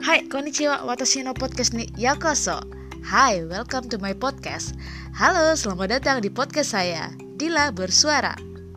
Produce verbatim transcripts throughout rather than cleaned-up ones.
Hai, konnichiwa, watashi no podcast ni yakoso. Hai, welcome to my podcast. Halo, selamat datang di podcast saya, Dila Bersuara.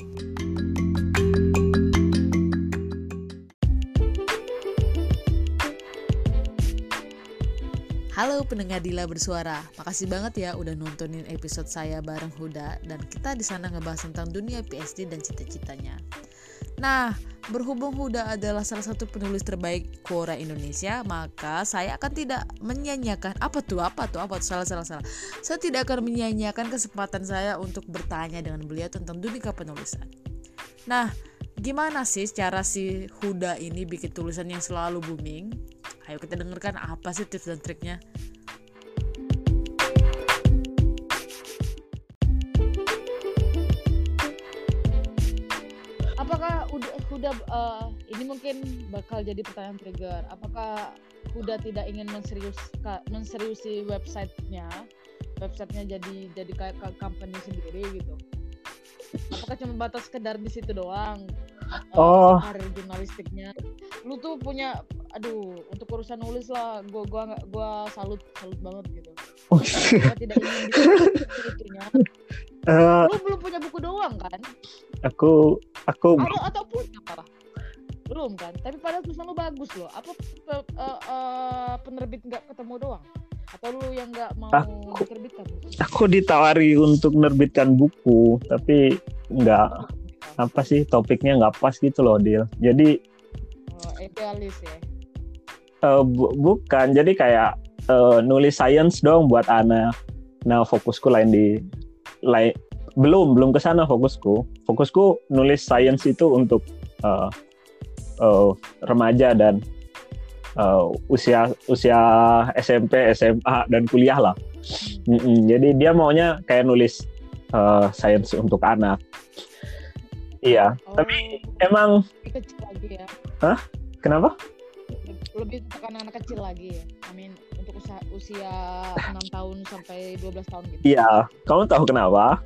Halo pendengar Dila Bersuara, makasih banget ya udah nontonin episode saya bareng Huda. Dan kita di sana ngebahas tentang dunia P H D dan cita-citanya. Nah, berhubung Huda adalah salah satu penulis terbaik Quora Indonesia, maka saya akan tidak menyanyiakan apa tuh apa tuh apa tuh salah salah salah. Saya tidak akan menyanyiakan kesempatan saya untuk bertanya dengan beliau tentang dunia penulisan. Nah, gimana sih cara si Huda ini bikin tulisan yang selalu booming? Ayo kita dengarkan apa sih tips dan triknya. Apakah Huda, Huda uh, ini mungkin bakal jadi pertanyaan trigger. Apakah Huda tidak ingin menserius menseriusi websitenya, websitenya jadi jadi kayak company sendiri gitu? Apakah cuma batas sekedar di situ doang? Uh, oh, karir jurnalistiknya. Lu tuh punya, aduh, untuk urusan nulis lah, gua gua nggak gua salut salut banget gitu. oh Gua tidak ingin di itunya. uh, Lu belum punya buku doang kan? aku aku Atau atau punya apa? Belum kan? Tapi padahal tulisan lu bagus loh. Apa pe- uh, uh, penerbit nggak ketemu doang? Atau lu yang nggak mau Aku- diterbitkan? aku ditawari untuk menerbitkan buku, tapi nggak apa sih topiknya nggak pas gitu loh, Dil. Jadi Oh, idealis ya. uh, bu- bukan, jadi kayak uh, nulis science dong buat anak. Nah, fokusku lain di lain belum belum ke sana fokusku. Fokusku nulis science itu untuk uh, uh, remaja dan uh, usia usia S M P, S M A dan kuliah lah. Mm-mm. Jadi dia maunya kayak nulis uh, science untuk anak. Iya, Oh, tapi emang lebih kecil lagi ya. kenapa? Lebih untuk anak-anak kecil lagi ya. I mean untuk usia, usia enam tahun sampai dua belas tahun gitu. Iya, kamu tahu kenapa?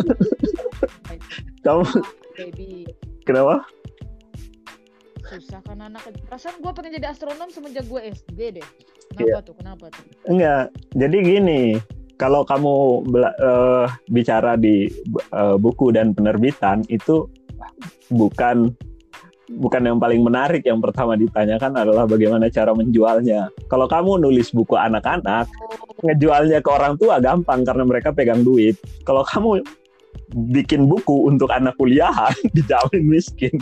Kamu Baby, kenapa? susah kan anak. Perasaan gue pengen jadi astronom semenjak gue S D deh. Kenapa Iya. tuh? Kenapa tuh? Enggak. Jadi gini, kalau kamu bela- eh, bicara di eh, buku dan penerbitan itu bukan bukan yang paling menarik. Yang pertama ditanyakan adalah bagaimana cara menjualnya. Kalau kamu nulis buku anak-anak, ngejualnya ke orang tua gampang karena mereka pegang duit. Kalau kamu bikin buku untuk anak kuliahan, dijamin miskin.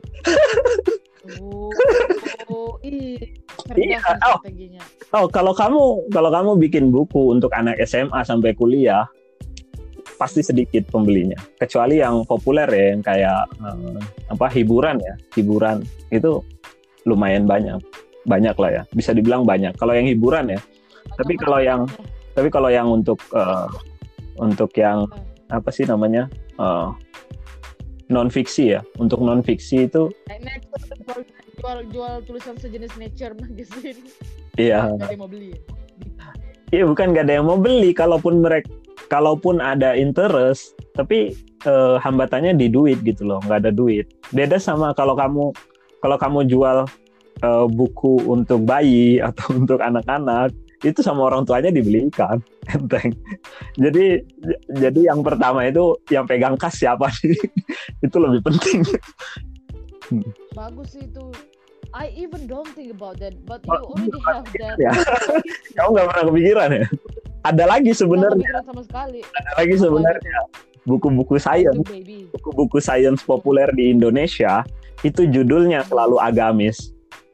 Oh, oh ih, Iya, cerdas oh. strateginya. Oh, kalau kamu kalau kamu bikin buku untuk anak S M A sampai kuliah, pasti sedikit pembelinya. Kecuali yang populer ya, yang kayak eh, apa hiburan ya, hiburan itu lumayan banyak, banyak lah ya, bisa dibilang banyak. Kalau yang hiburan ya, tapi kalau yang tapi kalau yang untuk eh, untuk yang apa sih namanya eh, non fiksi ya, untuk non fiksi itu Eh, Nature jual, jual, jual tulisan sejenis Nature magazine. iya. Gak ada yang mau beli ya? Iya, bukan gak ada yang mau beli, kalaupun mereka kalaupun ada interest, tapi eh, hambatannya di duit gitu loh, nggak ada duit. Beda sama kalau kamu kalau kamu jual eh, buku untuk bayi atau untuk anak-anak, itu sama orang tuanya dibelikan, enteng. Jadi jadi yang pertama itu yang pegang kas siapa sih? Itu lebih penting. Bagus sih itu. I even don't think about that, but you Oh, already have that. ya. Kamu nggak pernah kepikiran ya? Ada lagi Nggak sebenarnya, kepikiran sama sekali. ada lagi sebenarnya buku-buku science. Itu, baby. Buku-buku sains populer di Indonesia itu judulnya selalu agamis.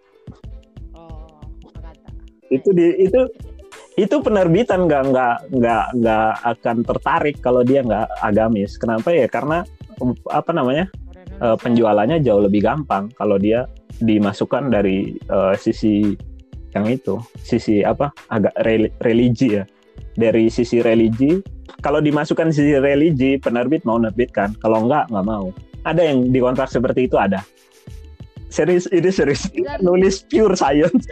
Oh, kata. Itu di itu itu penerbitan nggak nggak nggak nggak akan tertarik kalau dia nggak agamis. Kenapa ya? Karena apa namanya eh, penjualannya jauh lebih gampang kalau dia dimasukkan dari eh, sisi yang itu, sisi apa agak rel- religi ya. Dari sisi religi, kalau dimasukkan sisi religi, penerbit mau nerbitkan. Kalau enggak, nggak mau. Ada yang dikontrak seperti itu, ada. Serius, ini serius. Dan- Nulis pure science.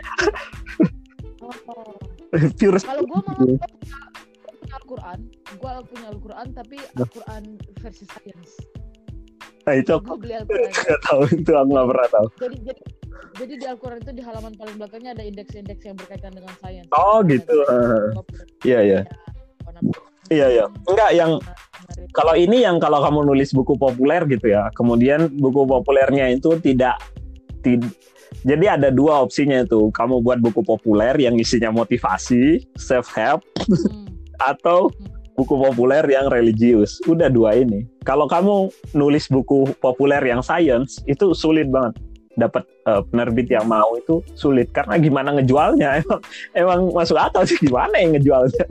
Oh. Pure Kalau gue malah gua punya, gua punya Al-Quran, gue punya Al-Quran tapi Al-Quran versi science. Nah, itu Gue aku beli Al-Quran. nggak tahu, itu aku nggak pernah tahu. Jadi jadi Jadi di Al-Quran itu di halaman paling belakangnya ada indeks-indeks yang berkaitan dengan sains. Oh gitu. Iya iya. Iya iya. Enggak yang kalau ini yang kalau kamu nulis buku populer gitu ya, kemudian buku populernya itu tidak tidak jadi ada dua opsinya itu. Kamu buat buku populer yang isinya motivasi, self help, hmm. atau buku populer yang religius. Udah dua ini. Kalau kamu nulis buku populer yang science itu sulit banget. Dapat uh, penerbit yang mau itu sulit karena gimana ngejualnya emang emang masuk akal sih gimana yang ngejualnya.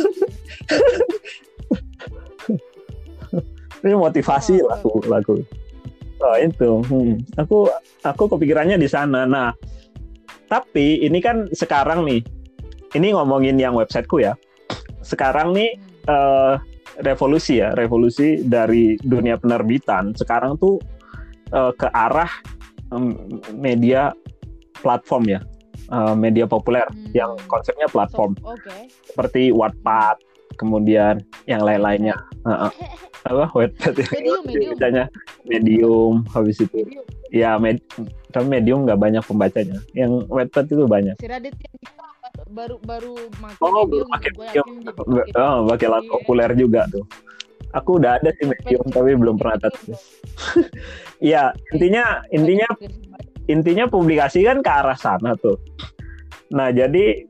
Ini motivasi oh, laku laku. Oh itu, hmm. aku aku kepikirannya di sana. Nah, tapi ini kan sekarang nih, ini ngomongin yang websiteku ya. Sekarang nih uh, revolusi ya, revolusi dari dunia penerbitan. Sekarang tuh uh, ke arah um, media platform ya, uh, media populer hmm. yang konsepnya platform, so, okay. seperti Wattpad, kemudian yang lain-lainnya. Uh, uh. apa Wattpad ya, medium, medium. Biasanya medium, habis itu medium. Ya med, tapi medium nggak banyak pembacanya, yang Wattpad itu banyak. Si Radit yang baru baru makin oh medium, pakai medium, oh pakai alat populer juga tuh. Aku udah ada sih medium tapi belum pernah tulis. Ya intinya intinya intinya publikasi kan ke arah sana tuh. Nah jadi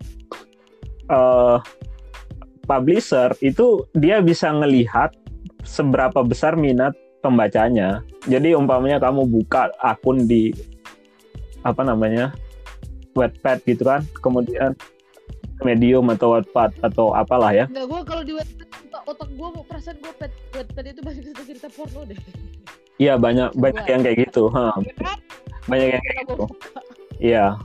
uh, publisher itu dia bisa ngelihat seberapa besar minat pembacanya. Jadi umpamanya kamu buka akun di apa namanya Wattpad gitu kan, kemudian Medium atau Wattpad atau apalah ya. Enggak, gue kalau di Wattpad otak gue perasaan gue Wattpad itu banyak cerita porno deh. Iya banyak Coba. banyak yang kayak gitu, ha. Banyak yang kayak gitu. Iya.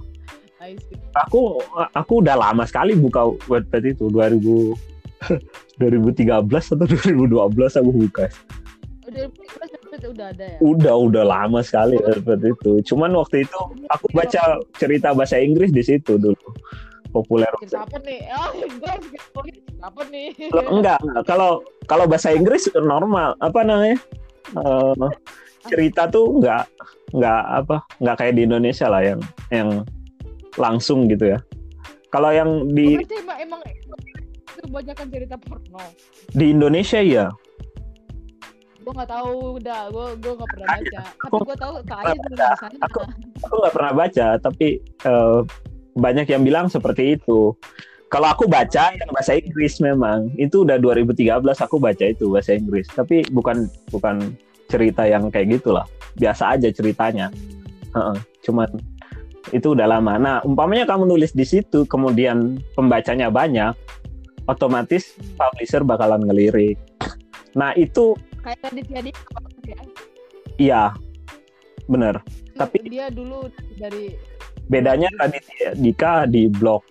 Aku aku udah lama sekali buka Wattpad itu dua ribu dua ribu tiga belas atau dua ribu dua belas aku buka. dua ribu tiga belas udah ada ya? Udah, udah lama sekali seperti itu. Cuman waktu itu aku baca cerita bahasa Inggris di situ dulu. Populer. Cerita apa nih? Oh, Inggris. Apa nih? Loh, enggak, enggak. Kalau kalau bahasa Inggris normal, apa namanya? Uh, cerita tuh enggak enggak apa? Enggak kayak di Indonesia lah yang yang langsung gitu ya. Kalau yang di oh, emang, emang kebanyakan cerita porno. Di Indonesia ya. Gue nggak tahu, udah gue gue nggak pernah baca. Tapi gue tahu kayaknya di sana. Aku aku nggak pernah baca, tapi uh, banyak yang bilang seperti itu. Kalau aku baca yang bahasa Inggris memang itu udah dua ribu tiga belas aku baca itu bahasa Inggris, tapi bukan bukan cerita yang kayak gitulah. Biasa aja ceritanya. Uh-uh. Cuman itu udah lama. Nah, umpamanya kamu nulis di situ, kemudian pembacanya banyak, otomatis publisher bakalan ngelirik. Nah itu kayak tadi tadi ya? Iya, benar. Tapi dia dulu dari bedanya tadi Dika di blog,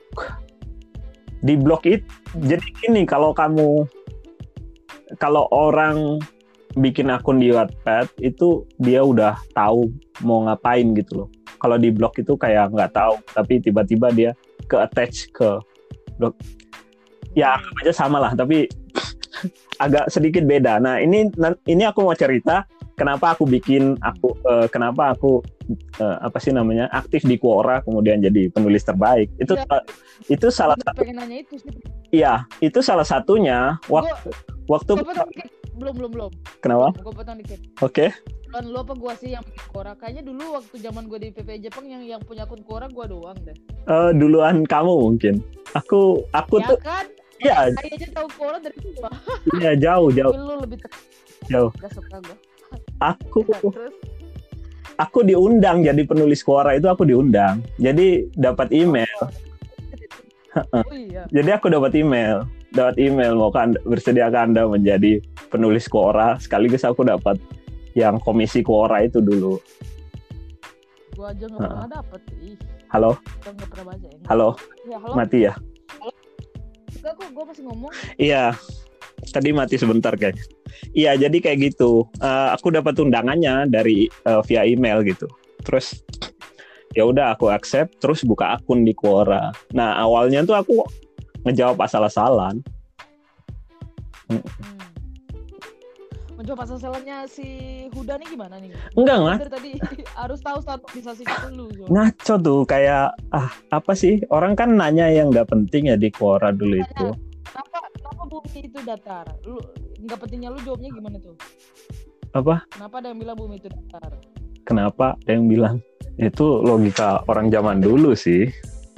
di blog itu. Jadi gini, kalau kamu kalau orang bikin akun di Wattpad itu dia udah tahu mau ngapain gitu loh. Kalau di blog itu kayak nggak tahu, tapi tiba-tiba dia ke attach ke blog. Ya aja sama lah, tapi agak sedikit beda. Nah ini ini aku mau cerita kenapa aku bikin aku uh, kenapa aku uh, apa sih namanya aktif di Quora kemudian jadi penulis terbaik. Itu ya, uh, itu salah satu. Itu iya itu salah satunya waktu gua, waktu belum belum belum. Kenapa? Gue potong dikit. Oke. Okay. Kan lu apa gua sih yang bikin Quora? Kayaknya dulu waktu zaman gue di P P I Jepang yang yang punya akun Quora gua doang deh. Uh, duluan kamu mungkin. Aku aku ya tuh. Kan? Iya. Saya aja tahu Quora dari gua. Iya jauh jauh. Lu lebih ter- jauh. Gak suka gua. Aku terus? Aku diundang jadi penulis Quora itu aku diundang. Jadi dapat email. Oh, iya. Jadi aku dapat email, dapat email mau kan bersediakah Anda menjadi penulis Quora, sekaligus aku dapat yang komisi Quora itu dulu. Gua aja nggak pernah dapat. Halo. Gua nggak pernah baca. Ya. Halo. Ya, halo. Mati ya. Halo. Enggak kok, gua masih ngomong. Iya. Tadi mati sebentar guys. Iya, jadi kayak gitu. Uh, aku dapat undangannya dari uh, via email gitu. Terus ya udah aku accept, terus buka akun di Quora. Nah awalnya tuh aku ngejawab asal-asalan. Hmm. Menjawab asal-asalannya si Huda nih gimana nih? Enggak nggak. Tadi harus tahu statisasi dulu. So. Ngaco tuh kayak ah apa sih orang kan nanya yang nggak penting ya di Quora dulu Tanya, itu. Kenapa kenapa bumi itu datar? Lu nggak pentingnya lu jawabnya gimana tuh? Apa? Kenapa ada yang bilang bumi itu datar? Kenapa ada yang bilang? Itu logika orang zaman dulu sih.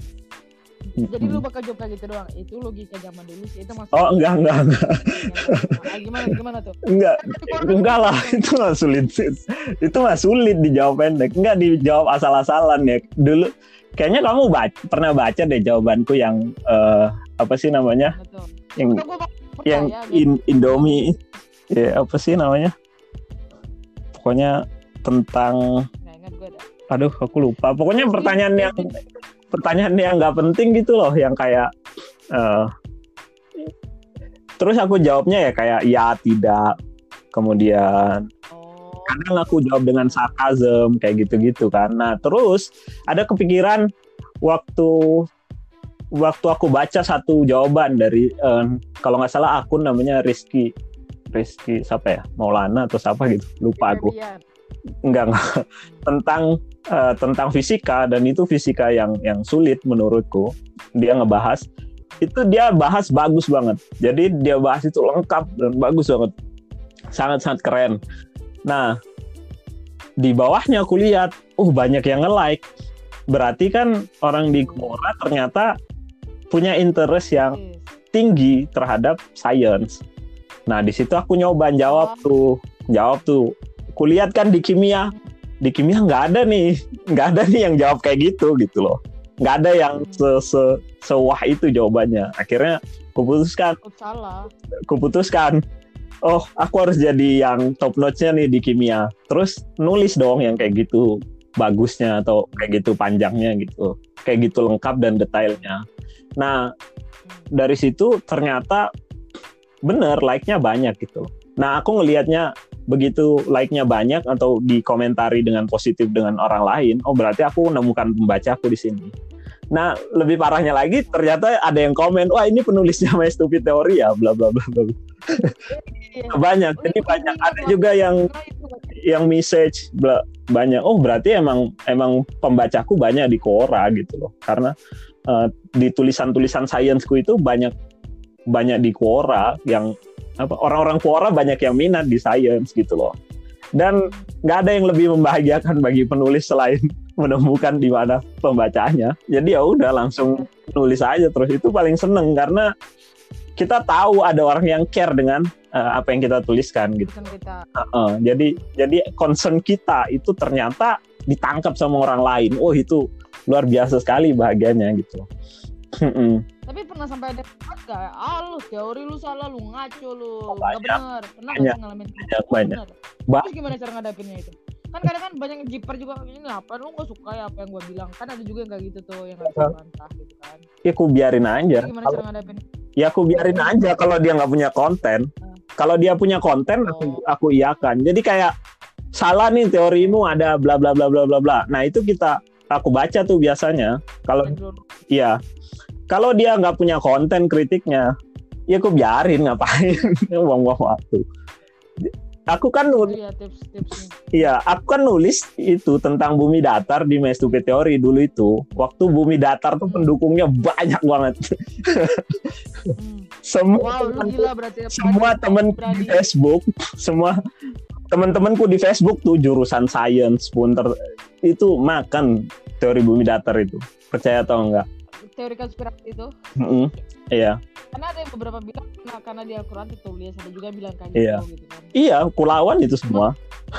Jadi lu bakal jawab kayak gitu doang. Itu logika zaman dulu sih. Itu maksudnya. Oh enggak enggak enggak. Ah, gimana gimana tuh? Enggak. Enggak lah, itu mah sulit. Itu mah sulit dijawab pendek. Enggak dijawab asal-asalan ya. Dulu kayaknya kamu baca, pernah baca deh jawabanku yang uh, apa sih namanya? Betul. Yang Betul, yang ya, in, Indomie. Ya apa sih namanya? Pokoknya tentang nggak ingat gue dah. aduh aku lupa. Pokoknya pertanyaan yang pertanyaan yang nggak penting gitu loh, yang kayak uh, terus aku jawabnya ya kayak ya tidak, kemudian Oh. kadang aku jawab dengan sarkasm kayak gitu-gitu kan. Nah terus ada kepikiran waktu waktu aku baca satu jawaban dari uh, kalau nggak salah akun namanya Rizky Rizky siapa ya, Maulana atau siapa gitu, lupa aku. Enggak enggak tentang uh, tentang fisika, dan itu fisika yang yang sulit menurutku. Dia ngebahas itu, dia bahas bagus banget. Jadi dia bahas itu lengkap dan bagus banget, sangat-sangat keren. Nah di bawahnya aku lihat, uh banyak yang nge-like. Berarti kan orang di Quora ternyata punya interest yang tinggi terhadap science. Nah di situ aku nyoba jawab tuh, jawab tuh. Kulihat kan di kimia, di kimia nggak ada nih, nggak ada nih yang jawab kayak gitu gitu loh, nggak ada yang se se sewah itu jawabannya. Akhirnya kuputuskan, salah, kuputuskan, oh aku harus jadi yang top notch-nya nih di kimia. Terus nulis dong yang kayak gitu bagusnya atau kayak gitu panjangnya gitu, kayak gitu lengkap dan detailnya. Nah dari situ ternyata bener like-nya banyak gitu. Nah aku ngelihatnya begitu like-nya banyak atau dikomentari dengan positif dengan orang lain, oh berarti aku menemukan pembaca aku di sini. Nah lebih parahnya lagi ternyata ada yang komen, wah ini penulisnya My Stupid Theory ya, bla bla bla bla. Banyak, jadi banyak. Ada juga yang yang message bla, banyak. Oh berarti emang emang pembacaku banyak di Quora gitu loh, karena uh, di tulisan-tulisan science-ku itu banyak banyak di Quora, yang apa, orang-orang Quora banyak yang minat di science gitu loh. Dan nggak ada yang lebih membahagiakan bagi penulis selain menemukan di mana pembacanya. Jadi ya udah langsung nulis aja terus, itu paling seneng karena kita tahu ada orang yang care dengan uh, apa yang kita tuliskan gitu. Kita. Uh-uh. Jadi jadi concern kita itu ternyata ditangkap sama orang lain. Oh itu luar biasa sekali bahagianya gitu. Tapi pernah sampai ada gak? Ah lu teori lu salah, lu ngaco lu, oh, nggak benar. Pernah banyak, gak ngalamin? Banyak banyak. Ba- Terus gimana cara ngadapinnya itu? Kan kadang kan banyak jiper juga, ini apa lu nggak suka ya apa yang gue bilang? Kan ada juga yang kayak gitu tuh, yang nggak bisa bantah gitu kan? Ya aku biarin aja. Jadi gimana cara ngadapinnya? Ya aku biarin aja kalau dia nggak punya konten. Hmm. Kalau dia punya konten, oh. aku aku iyakan. Jadi kayak salah nih teorimu, ada bla bla bla bla bla bla. Nah itu kita aku baca tuh biasanya. Kalau iya. Kalau dia nggak punya konten kritiknya, ya aku biarin, ngapain buang-buang waktu. Aku kan nulis, iya, tips-tipsnya. Iya, aku kan nulis itu tentang bumi datar di My Stupid Theory dulu itu. Waktu bumi datar tuh pendukungnya banyak banget. Hmm. Semua wow, temen, gila berarti. Semua temen di Facebook, semua teman-temanku di Facebook tuh jurusan science pun ter, itu makan teori bumi datar itu. Percaya atau enggak? Teori konspirasi itu, mm-hmm. Iya. Karena ada yang beberapa bilang nah, karena dia Al-Quran ditulis, ada juga bilang kayak iya. Gitu kan. Iya, kulawan itu semua.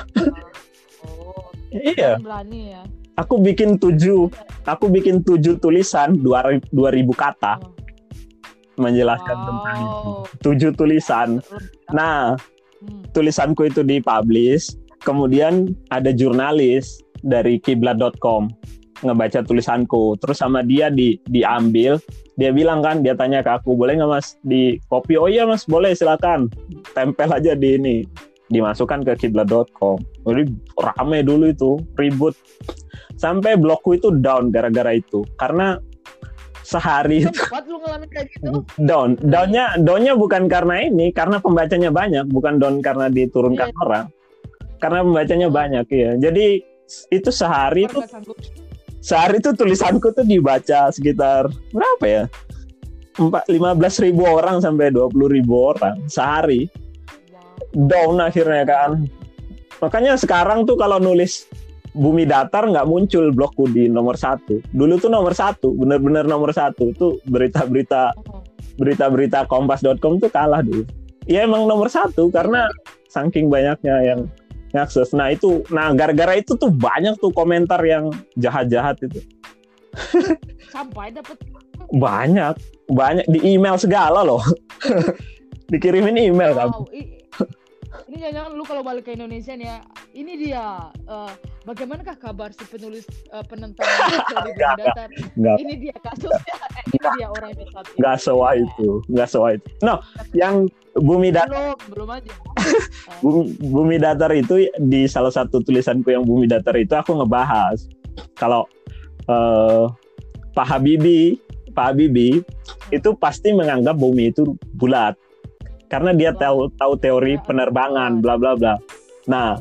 Oh, iya. Berani ya. Aku bikin tujuh, aku bikin tujuh tulisan dua ribu kata oh. menjelaskan wow. tentang itu. Tujuh tulisan. Nah, hmm. tulisanku itu dipublish, kemudian ada jurnalis dari kiblat dot com ngebaca tulisanku, terus sama dia di diambil, dia bilang kan, dia tanya ke aku, boleh nggak mas di copy? Oh iya mas, boleh, silakan, tempel aja di ini, dimasukkan ke kiblat dot com. Jadi rame dulu itu, ribut, sampai blogku itu down gara-gara itu, karena sehari itu lu ngalamin kayak gitu? down, downnya, downnya bukan karena ini, karena pembacanya banyak, bukan down karena diturunkan yeah. orang, karena pembacanya banyak ya. Jadi itu sehari Orang tuh nggak sanggup. sehari tuh tulisanku tuh dibaca sekitar berapa ya? Empat lima belas ribu orang sampai dua puluh ribu orang sehari. Wow. Down akhirnya kan. Makanya sekarang tuh kalau nulis bumi datar nggak muncul blogku di nomor satu. Dulu tuh nomor satu, bener-bener nomor satu. Tuh berita-berita Oh. berita-berita kompas dot com tuh kalah dulu. Ya emang nomor satu karena saking banyaknya yang ngakses. Nah itu, nah gara-gara itu tuh banyak tuh komentar yang jahat-jahat itu. Sampai dapat Banyak, banyak di email segala loh. Dikirimin email kan. wow. I- ini jangan lu kalau balik ke Indonesia nih ya. Ini dia eh, bagaimanakah kabar si penulis eh, penentang teori bumi datar? Nggak, Ini dia kasusnya. Eh, ini dia orangnya satu. nggak sewa itu, nggak sewa itu. No, yang bumi datar, Belum, belum aja. bumi, bumi datar itu di salah satu tulisanku yang bumi datar itu aku ngebahas kalau eh, Pak Habibie, Pak Habibie itu pasti menganggap bumi itu bulat karena dia tahu tahu teori penerbangan, bla bla bla. Nah,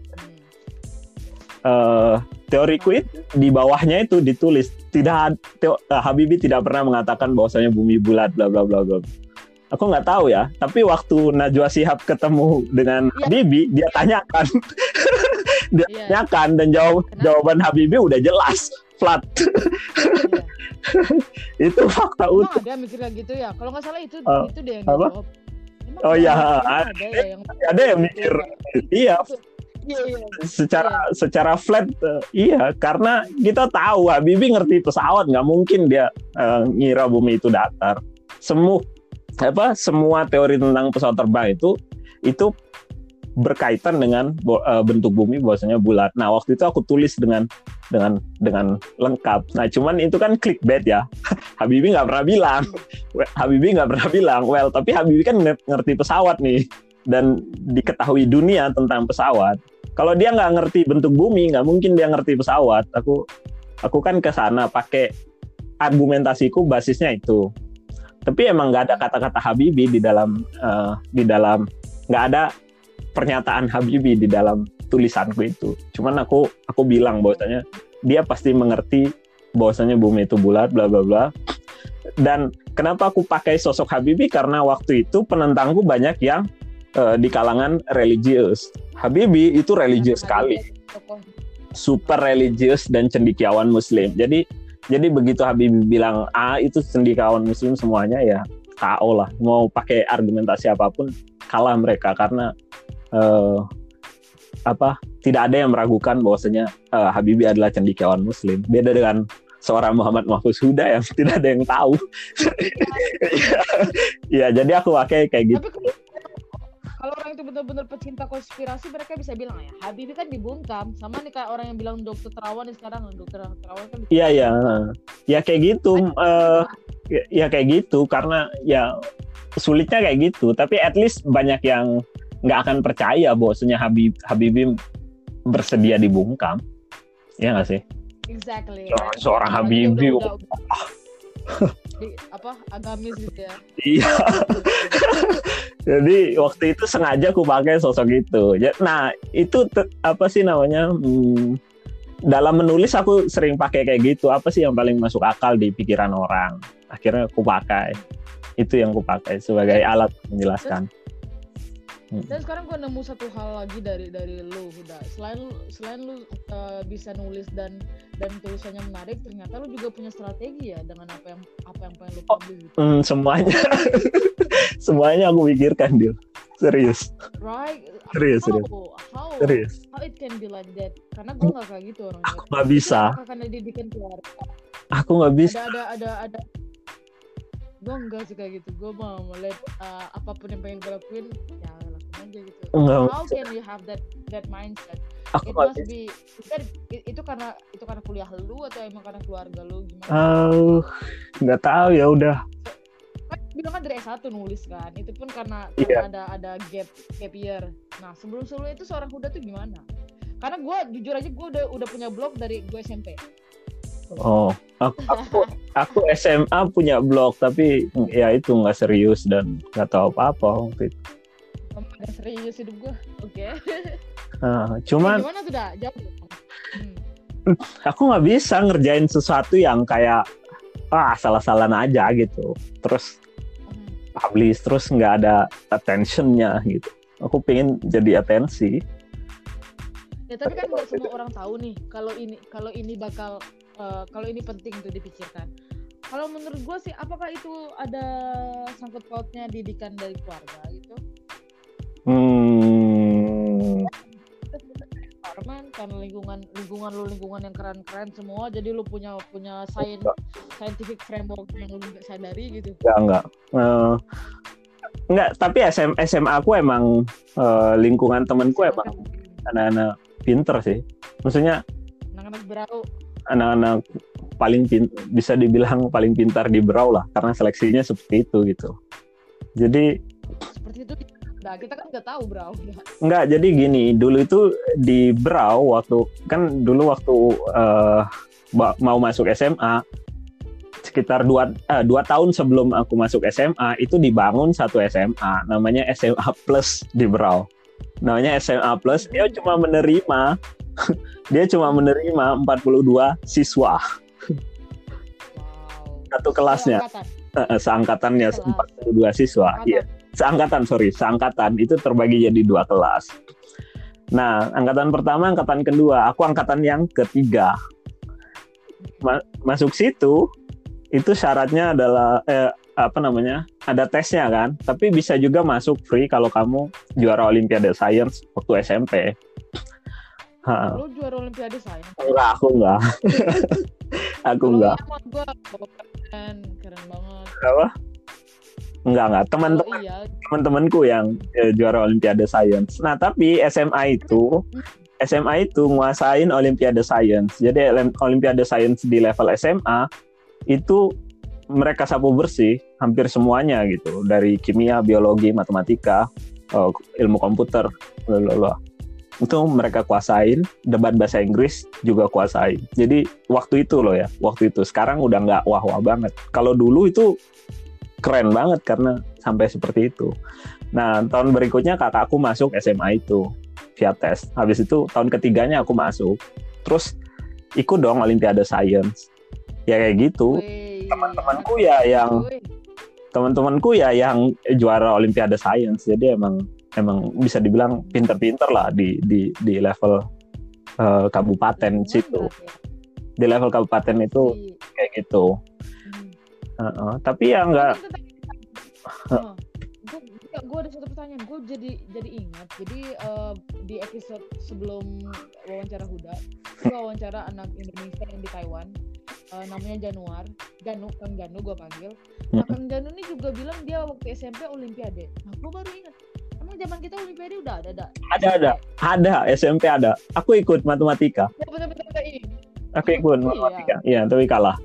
eh, teoriku itu di bawahnya itu ditulis tidak teo, eh, Habibie tidak pernah mengatakan bahwasanya bumi bulat, bla bla bla bla. Aku nggak tahu ya, tapi waktu Najwa Shihab ketemu dengan Ya. Habibie, dia tanyakan, dia Ya. tanyakan dan jawab Kenapa? jawaban Habibie udah jelas, flat. Ya. Itu fakta Emang utuh. ada mikir kayak gitu ya? Kalau nggak salah itu Uh, itu dia yang apa? dijawab. Emang Oh ada- iya, emang ada, ada ya yang ada yang mikir, iya, Iya, iya. secara secara flat, uh, iya, karena kita tahu Habibie ngerti pesawat, nggak mungkin dia uh, ngira bumi itu datar. Semua apa semua teori tentang pesawat terbang itu itu berkaitan dengan uh, bentuk bumi bahwasanya bulat. Nah waktu itu aku tulis dengan dengan dengan lengkap. Nah cuman itu kan clickbait ya. Habibie nggak pernah bilang, Habibie nggak pernah bilang. Well tapi Habibie kan ngerti pesawat nih dan diketahui dunia tentang pesawat. Kalau dia nggak ngerti bentuk bumi, nggak mungkin dia ngerti pesawat. Aku aku kan ke sana pakai argumentasiku basisnya itu. Tapi emang nggak ada kata-kata Habibie di dalam uh, di dalam nggak ada pernyataan Habibie di dalam tulisanku itu. Cuman aku aku bilang bahwasanya dia pasti mengerti bahwasanya bumi itu bulat, bla bla bla. Dan kenapa aku pakai sosok Habibie karena waktu itu penentangku banyak yang uh, di kalangan religius. Habibie itu religius sekali, super religius dan cendekiawan Muslim. Jadi Jadi begitu Habibie bilang ah itu cendekiawan Muslim semuanya ya K O lah. Mau pakai argumentasi apapun kalah mereka karena eh, apa tidak ada yang meragukan bahwasanya eh, Habibie adalah cendekiawan Muslim. Beda dengan seorang Muhammad Mahfuz Huda yang tidak ada yang tahu. Ya jadi aku pakai kayak gitu. Tapi kalau orang itu benar-benar pecinta konspirasi, mereka bisa bilang ya Habibie kan dibungkam, sama nih kayak orang yang bilang dokter Terawan nih sekarang, dokter Terawan kan. Iya ya, ya kayak gitu, uh, ya, ya kayak gitu karena ya sulitnya kayak gitu. Tapi at least banyak yang nggak akan percaya bahwasanya Habib Habibie bersedia dibungkam, ya nggak sih? Exactly. Seorang, seorang Habibie, udah, udah, udah, di, apa agamis gitu ya. Iya. Jadi waktu itu sengaja aku pakai sosok itu. Nah itu te- apa sih namanya? Hmm, dalam menulis aku sering pakai kayak gitu. Apa sih yang paling masuk akal di pikiran orang? Akhirnya aku pakai. Itu yang aku pakai sebagai alat menjelaskan. Dan sekarang gue nemu satu hal lagi dari dari lu, udah selain selain lu uh, bisa nulis dan dan tulisannya menarik, ternyata lu juga punya strategi ya dengan apa yang apa yang pengen lu publish gitu. Hmm, semuanya, semuanya aku pikirkan Dil. Serius. Right? Serius, how, serius. How? Serius. How it can be like that? Karena gue nggak kayak gitu orangnya. Aku nggak bisa. Karena didikan keluarga. Aku nggak bisa. Ada ada ada ada. Gue enggak sih kayak gitu. Gue mau melihat uh, apapun yang pengen gue lakuin, ya lakuin aja gitu. Enggak. How can you have that that mindset? Aku It nggak must bisa. be itu, itu karena itu karena kuliah lu atau emang karena keluarga lu gimana? Uh, nggak tahu ya udah. Kan bilang kan dari S satu nulis kan. Itu pun karena, Iya. karena ada ada gap gap year. Nah, sebelum sebelum itu seorang Huda tuh gimana? Karena gue jujur aja gue udah udah punya blog dari gue S M P. Oh, aku, aku, aku S M A punya blog tapi ya itu nggak serius dan nggak tahu apa-apa waktu itu. Ada serius hidup gue. Oke. Nah, cuman Gimana tuh dah? Jawab. aku nggak bisa ngerjain sesuatu yang kayak ah salah-salahan aja gitu. Terus publish terus nggak ada attentionnya gitu. Aku pengen jadi atensi. Ya tapi kan nggak semua orang tahu nih kalau ini kalau ini bakal uh, kalau ini penting untuk dipikirkan. Kalau menurut gue sih, apakah itu ada sangkut pautnya didikan dari keluarga gitu? Hmm. Karena kan lingkungan lingkungan lu lingkungan yang keren-keren semua, jadi lu punya punya science, scientific framework yang lu nggak sadari gitu. Enggak enggak. Uh, enggak, tapi S M S M A aku emang uh, lingkungan temanku emang anak-anak pinter sih. Maksudnya anak-anak berau. Anak-anak paling pin, bisa dibilang paling pintar di Berau lah, karena seleksinya seperti itu gitu. Jadi seperti itu. Nah, kita kan nggak tahu Berau. Enggak, jadi gini, dulu itu di Berau waktu kan dulu waktu uh, mau masuk S M A sekitar dua, uh, dua tahun sebelum aku masuk S M A itu dibangun satu S M A namanya S M A Plus di Berau. Namanya S M A Plus, dia cuma menerima dia cuma menerima empat puluh dua siswa. Wow. Satu kelasnya. Uh, seangkatannya empat puluh dua siswa. Iya. Seangkatan, sorry, seangkatan itu terbagi jadi dua kelas. Nah, angkatan pertama, angkatan kedua, aku angkatan yang ketiga. Ma- masuk situ, itu syaratnya adalah, eh, apa namanya, ada tesnya kan, tapi bisa juga masuk free kalau kamu juara Olimpiade Science waktu S M P. Ha. Lu juara Olimpiade Science? Enggak, aku enggak. aku enggak. Gue keren, keren banget. Apa? Enggak, enggak. Teman-teman, iya. teman-temanku yang eh, juara Olimpiade Science. Nah, tapi S M A itu, S M A itu nguasain Olimpiade Science. Jadi Olimpiade Science di level S M A itu mereka sapu bersih hampir semuanya gitu. Dari kimia, biologi, matematika, oh, ilmu komputer, blablabla. Itu mereka kuasain. Debat bahasa Inggris juga kuasain. Jadi waktu itu loh ya, waktu itu. Sekarang udah nggak wah-wah banget. Kalau dulu itu keren banget karena sampai seperti itu. Nah, tahun berikutnya kakakku masuk S M A itu via tes. Habis itu tahun ketiganya aku masuk. Terus ikut dong Olimpiade Science. Ya kayak gitu. Wey, teman-temanku ya yang wey. teman-temanku ya yang juara Olimpiade Science. Jadi emang emang bisa dibilang pinter-pinter lah di di di level uh, kabupaten ya, situ. Ya. Di level kabupaten itu si. Kayak gitu. Uh-uh. Tapi ya enggak. Oh, gue, gue ada satu pertanyaan. Gue jadi jadi ingat. Jadi uh, di episode sebelum wawancara Huda, gue wawancara anak Indonesia yang di Taiwan. Uh, namanya Januar, Janu, Kang Janu gue panggil. Nah, Kang Janu ini juga bilang dia waktu S M P Olimpiade. Nah, gue baru ingat. Emang zaman kita Olimpiade udah ada, ada? Ada, ada. Ada, S M P ada. Aku ikut matematika. Ya, betul-betul ini. Aku ikut oh, matematika. Iya, ya, tapi kalah.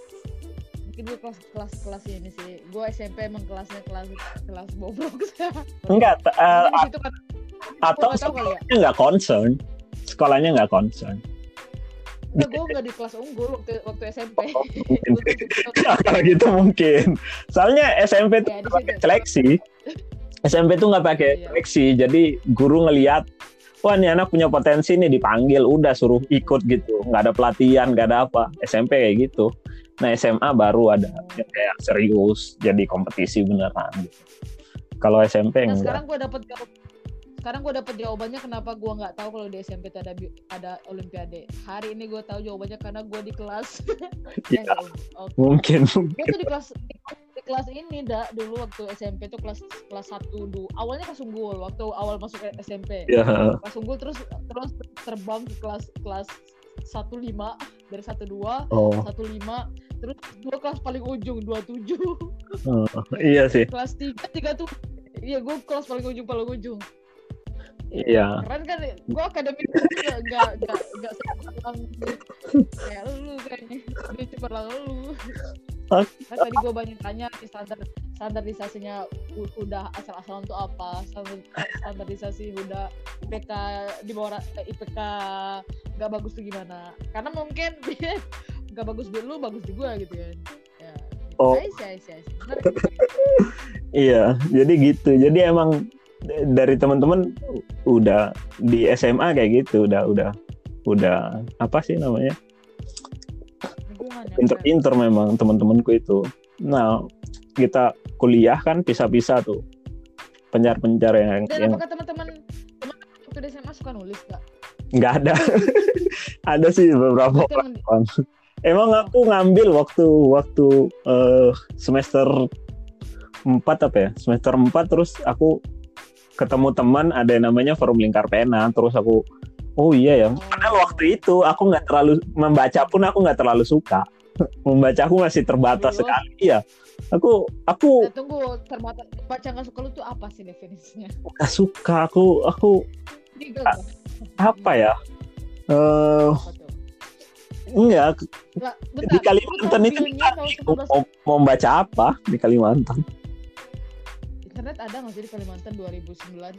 Gue kelas kelas kelas ini sih. Gue S M P emang kelasnya kelas kelas bobrok. Enggak, uh, at- kan, atau sekolahnya nggak ya? concern. Sekolahnya nggak concern. Enggak, gue nggak di kelas unggul waktu waktu S M P. Oh, kalau gitu mungkin. Soalnya S M P itu ya, nggak pakai seleksi. S M P itu nggak pakai ya, seleksi. Ya. Jadi guru ngelihat, wah ini anak punya potensi nih, dipanggil, udah suruh ikut gitu. Nggak ada pelatihan, nggak ada apa. S M P kayak gitu. Nah S M A baru ada yang kayak serius, jadi kompetisi beneran gitu. Kalau S M P nah, enggak. Sekarang gue dapet jawab, sekarang gue dapet jawabannya kenapa gue nggak tahu kalau di S M P itu ada ada Olimpiade. Hari ini gue tahu jawabannya karena gue di kelas. Ya, okay. mungkin. Gue tuh di kelas di kelas ini dah dulu waktu S M P tuh kelas kelas satu dua. Awalnya kelas unggul waktu awal masuk S M P. Ya. Kelas unggul terus terus terbang ke kelas kelas satu lima dari satu dua oh. satu lima terus dua kelas paling ujung dua tujuh. Oh, iya sih. Kelas tiga tiga tuh iya gue kelas paling ujung paling ujung. Iya. Keren kan? Gue akademik nggak nggak nggak nggak selang kayak lu kayaknya dia cuma lang lu. Kan tadi gue banyak tanya standar standarisasinya udah asal-asalan tuh apa, standarisasi udah I P K di bawah I P K nggak bagus tuh gimana? Karena mungkin nggak bagus di lu, bagus di gue gitu kan. Ya. Oh. Aisyah, Aisyah, Aisyah. Iya, jadi gitu. Jadi emang dari teman-teman udah di S M A kayak gitu, udah udah udah apa sih namanya, Lingkungan ya. pinter-pinter memang teman-temanku itu. Nah kita kuliah kan pisah-pisah tuh pencar-pencar yang Dan yang apakah teman-teman teman waktu di S M A suka nulis gak? nggak ada. Ada sih beberapa Berarti emang di- orang. Emang aku ngambil waktu waktu eh, semester empat apa ya? Semester empat terus aku ketemu teman ada yang namanya forum lingkar pena, terus aku oh iya ya. Padahal waktu itu aku nggak terlalu membaca pun aku nggak terlalu suka. Membaca aku masih terbatas Serius? sekali ya. Aku aku Eh, tunggu, terbatas baca nggak suka lu tuh apa sih definisinya? nggak suka. Aku aku Legal A- kan? apa ya? Eh Apa tuh? enggak Lah, di bentar, Kalimantan lu itu tahu kita filmnya tahun mau, sembilan belas mau, mau baca apa di Kalimantan? internet ada nggak sih di Kalimantan dua ribu sembilan?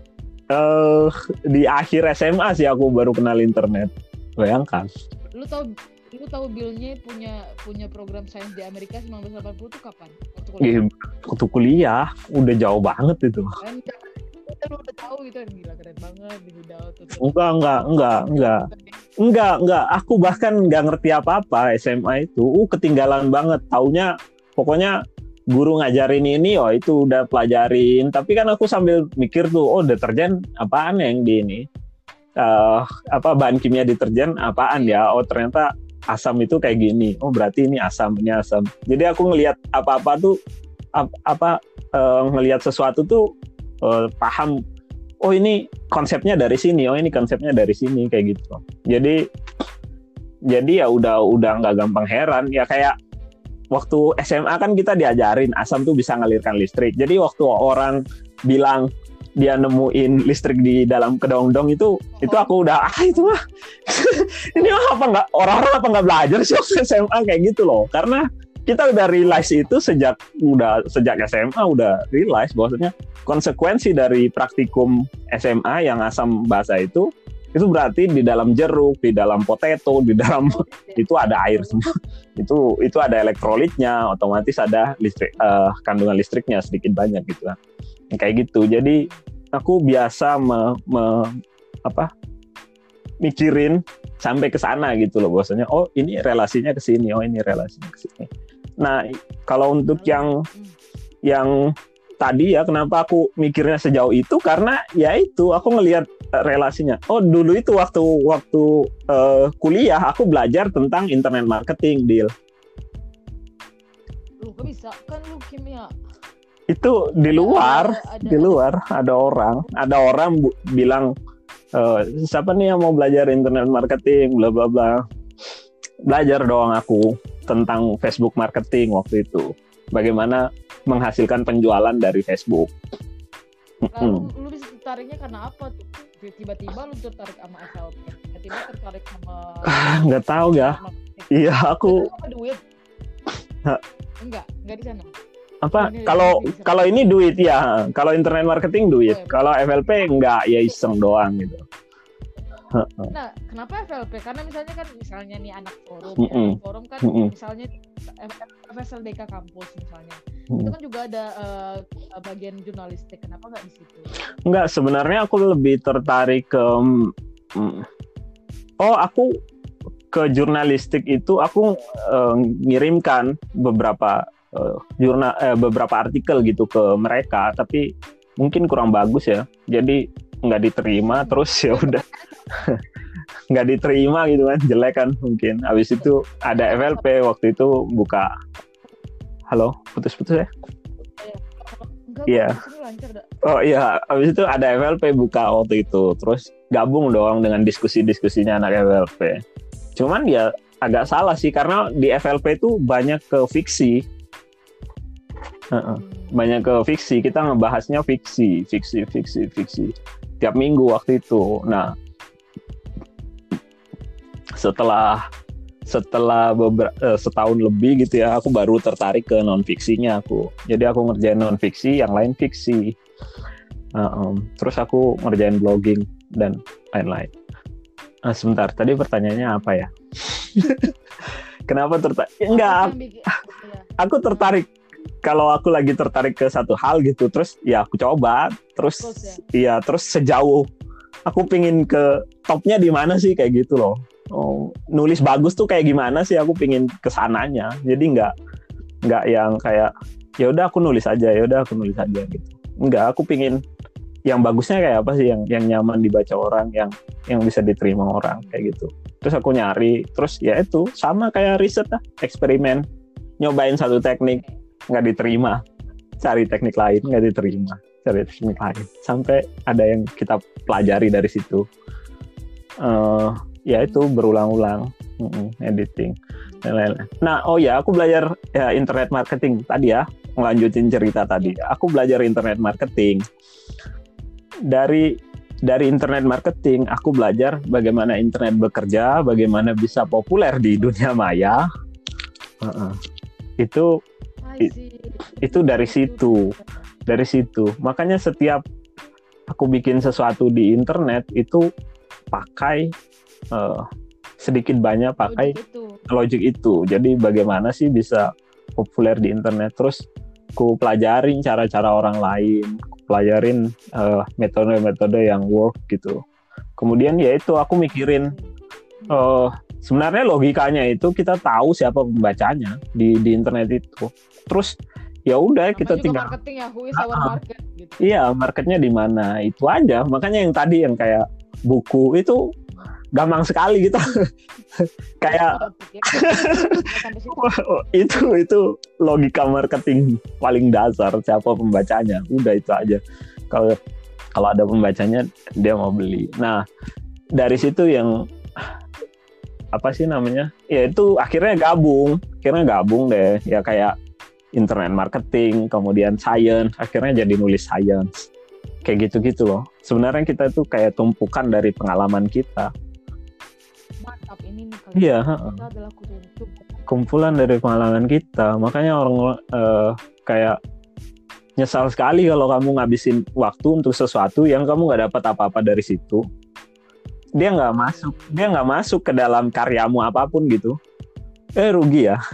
Eh di akhir S M A sih aku baru kenal internet. Bayangkan. Lu tahu lu tahu Bill Nye punya punya program sains di Amerika sembilan belas delapan puluh tuh kapan? Waktu kuliah. Ih, waktu kuliah udah jauh banget itu. Kan kita lu udah tahu gitu kan, gila keren banget di Hudao tuh. Enggak, enggak, enggak, enggak. Enggak, enggak. Aku bahkan enggak ngerti apa-apa S M A itu. Uh, ketinggalan banget. Taunya pokoknya guru ngajarin ini, oh itu udah pelajarin. Tapi kan aku sambil mikir tuh, oh deterjen apaan yang di ini? Eh, apa bahan kimia deterjen apaan ya? Oh ternyata asam itu kayak gini. Oh berarti ini asam, ini asam. Jadi aku ngelihat apa-apa tuh ap- apa eh, ngelihat sesuatu tuh eh, paham. Oh ini konsepnya dari sini, oh ini konsepnya dari sini kayak gitu. Jadi jadi ya udah udah nggak gampang heran ya kayak waktu S M A kan kita diajarin asam tuh bisa ngalirkan listrik. Jadi waktu orang bilang dia nemuin listrik di dalam kedong-dong itu itu aku udah ah itu mah ini mah apa nggak orang-orang apa nggak belajar sih waktu S M A kayak gitu loh. Karena kita udah realize itu sejak udah sejak S M A udah realize bahwasanya konsekuensi dari praktikum S M A yang asam basa itu itu berarti di dalam jeruk, di dalam potato, di dalam itu ada air semua. Itu itu ada elektrolitnya, otomatis ada listrik uh, kandungan listriknya sedikit banyak gitu kan. Kayak gitu. Jadi aku biasa me, me, apa mikirin sampai ke sana gitu loh bahwasanya oh ini relasinya ke sini, oh ini relasinya ke sini. Nah, kalau untuk yang yang tadi ya kenapa aku mikirnya sejauh itu karena ya itu aku ngelihat relasinya. Oh, dulu itu waktu waktu uh, kuliah aku belajar tentang internet marketing, Dil. Lu kok bisa? Kan lu kimia. Itu di luar, Ada- ada- di luar ada orang, ada orang bu- bilang e, siapa nih yang mau belajar internet marketing, bla bla bla. Belajar doang aku tentang Facebook marketing waktu itu. Bagaimana menghasilkan penjualan dari Facebook. Lalu lu bisa tertariknya karena apa tuh? Tiba-tiba lu tertarik sama F L P. Tiba-tiba tertarik sama Nggak tahu ya. Iya aku Itu apa duit? Hah? Enggak, enggak di sana. apa Ini- kalau ini bisa. kalau ini duit ya. Kalau internet marketing duit. Oh, ya. Kalau F L P enggak ya iseng doang gitu. Nah, kenapa F L P? Karena misalnya kan misalnya nih anak forum, Mm-mm. ya. Forum kan Mm-mm. misalnya F- F S L D K kampus misalnya. Mm. Itu kan juga ada eh, bagian jurnalistik. Kenapa nggak di situ? Enggak, sebenarnya aku lebih tertarik ke mm, oh aku ke jurnalistik itu aku eh, ngirimkan beberapa eh, jurnal eh, beberapa artikel gitu ke mereka tapi mungkin kurang bagus ya. Jadi nggak diterima terus ya udah nggak diterima gitu kan, jelek kan mungkin. Habis itu ada F L P waktu itu buka. Halo, putus-putus ya? Enggak, Iya. di sini lancar dah. Oh iya, habis itu ada F L P buka waktu itu, terus gabung dong dengan diskusi-diskusinya anak F L P. Cuman ya agak salah sih karena di F L P itu banyak ke fiksi, Heeh, Hmm. banyak ke fiksi. Kita ngebahasnya fiksi, fiksi, fiksi, fiksi. Tiap minggu waktu itu. Nah, setelah setelah beberapa setahun lebih gitu ya, aku baru tertarik ke non fiksinya aku. Jadi aku ngerjain non fiksi, yang lain fiksi. Uh, um, terus aku ngerjain blogging dan lain-lain. Uh, sebentar, tadi pertanyaannya apa ya? Kenapa tertarik? Enggak, Apa yang bikin- iya. aku tertarik. Kalau aku lagi tertarik ke satu hal gitu, terus ya aku coba, terus Terus ya? iya, terus sejauh aku pingin ke topnya di mana sih kayak gitu loh. Oh, nulis bagus tuh kayak gimana sih, aku pingin kesananya. Jadi nggak nggak yang kayak ya udah aku nulis aja, ya udah aku nulis aja gitu. Nggak, aku pingin yang bagusnya kayak apa sih, yang yang nyaman dibaca orang, yang yang bisa diterima orang kayak gitu. Terus aku nyari, terus ya itu sama kayak riset lah, eksperimen, nyobain satu teknik nggak diterima, cari teknik lain nggak diterima, cari teknik lain sampai ada yang kita pelajari dari situ. Uh, ya itu berulang-ulang, uh-uh, editing dan lain-lain. Nah, oh ya, aku belajar ya internet marketing tadi ya, ngelanjutin cerita tadi. Aku belajar internet marketing. Dari dari internet marketing, aku belajar bagaimana internet bekerja, bagaimana bisa populer di dunia maya. Uh-uh. Itu itu dari situ, dari situ. Makanya setiap aku bikin sesuatu di internet itu pakai uh, sedikit banyak pakai logic itu. logic itu. Jadi bagaimana sih bisa populer di internet? Terus ku pelajarin cara-cara orang lain, ku pelajarin uh, metode-metode yang work gitu. Kemudian ya itu aku mikirin uh, sebenarnya logikanya itu kita tahu siapa pembacanya di di internet itu. Terus ya udah kita tinggal marketing ya, who is our market gitu. Iya, marketnya di mana, itu aja. Makanya yang tadi yang kayak buku itu gampang sekali gitu. Kayak itu itu logika marketing paling dasar, siapa pembacanya, udah itu aja. Kalau kalau ada pembacanya dia mau beli. Nah, dari situ yang apa sih namanya? Ya itu akhirnya gabung, akhirnya gabung deh. Ya kayak internet marketing, kemudian science, akhirnya jadi nulis science. Kayak gitu-gitu loh. Sebenarnya kita tuh kayak tumpukan dari pengalaman kita. Mantap, ini nih kalau iya, kita adalah kumpulan dari pengalaman kita. Makanya orang uh, kayak nyesal sekali kalau kamu ngabisin waktu untuk sesuatu yang kamu nggak dapat apa-apa dari situ. Dia nggak masuk, dia nggak masuk ke dalam karyamu apapun gitu. Eh rugi ya.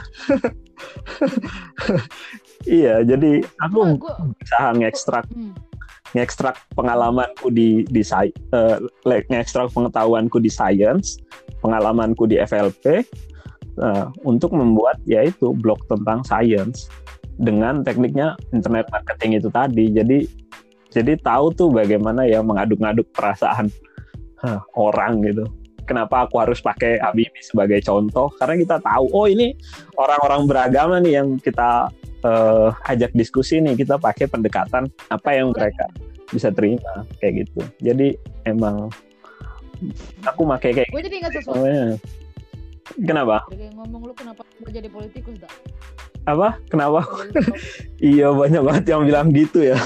Iya, jadi aku nah, gua, berusaha ngekstrak hmm. ngekstrak pengalamanku di di uh, ngekstrak pengetahuanku di science, pengalamanku di F L P uh, untuk membuat yaitu blog tentang science dengan tekniknya internet marketing itu tadi. Jadi jadi tahu tuh bagaimana ya mengaduk-ngaduk perasaan huh, orang gitu. Kenapa aku harus pakai Habibie sebagai contoh? Karena kita tahu, oh ini orang-orang beragama nih yang kita uh, ajak diskusi nih, kita pakai pendekatan apa yang mereka bisa terima, kayak gitu. Jadi emang aku pakai kayak gue jadi ingat sesuatu. Oh, kenapa? Jadi ngomong lu kenapa mau jadi politikus dah? Apa? Kenapa? Iya banyak banget yang bilang gitu ya.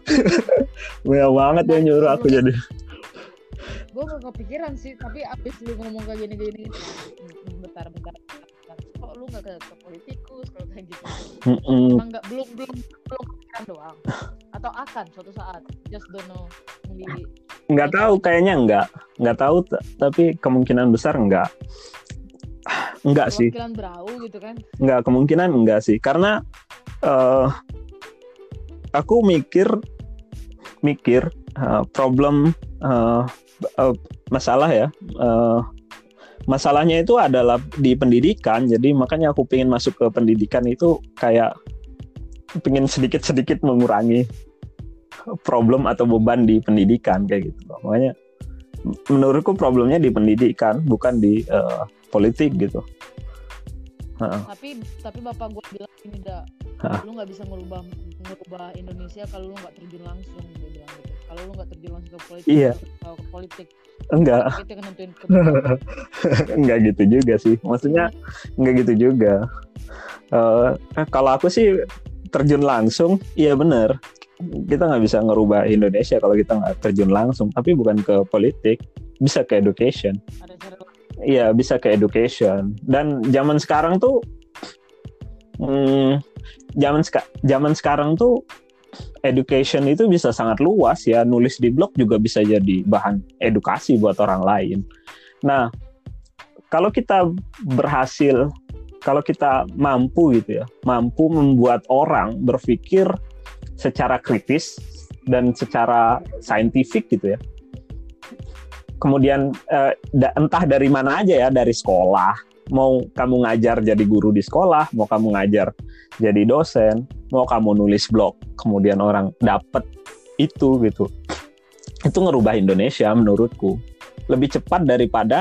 Banyak banget yang nyuruh aku jadi. Gue gak kepikiran sih, tapi abis lu ngomong kayak gini-gini bentar, bentar, bentar. Kok lu gak ke, ke politikus kalau kayak gitu? Emang gak, belum, belum, belum kepikiran doang? Atau akan suatu saat? Just don't know. Di... Nggak tahu, kayaknya enggak. Nggak tahu, t- tapi kemungkinan besar enggak. Enggak sih. Kemungkinan berau gitu kan? Enggak, kemungkinan enggak sih. Karena uh, aku mikir, mikir uh, problem... Uh, Uh, masalah ya uh, masalahnya itu adalah di pendidikan. Jadi makanya aku pengen masuk ke pendidikan itu kayak pengen sedikit-sedikit mengurangi problem atau beban di pendidikan kayak gitu. Makanya menurutku problemnya di pendidikan, bukan di uh, politik gitu. Uh-uh. Tapi tapi bapak gue bilang ini dah, lu nggak bisa merubah merubah Indonesia kalau lu nggak terjun langsung, dia bilang gitu. Kalau lu nggak terjun langsung ke politik, iya. Ke, ke politik, enggak. Kita kan nentuin enggak gitu juga sih. Maksudnya enggak gitu juga. Uh, kalau aku sih terjun langsung, iya benar. Kita nggak bisa ngerubah Indonesia kalau kita nggak terjun langsung. Tapi bukan ke politik, bisa ke education. Ada cara. Iya, bisa ke education. Dan zaman sekarang tuh hmm, zaman seka- zaman sekarang tuh education itu bisa sangat luas ya. Nulis di blog juga bisa jadi bahan edukasi buat orang lain. Nah, kalau kita berhasil, kalau kita mampu gitu ya, mampu membuat orang berpikir secara kritis dan secara saintifik gitu ya, kemudian eh, da, entah dari mana aja ya, dari sekolah, mau kamu ngajar jadi guru di sekolah, mau kamu ngajar jadi dosen, mau kamu nulis blog, kemudian orang dapat itu gitu. Itu ngerubah Indonesia menurutku lebih cepat daripada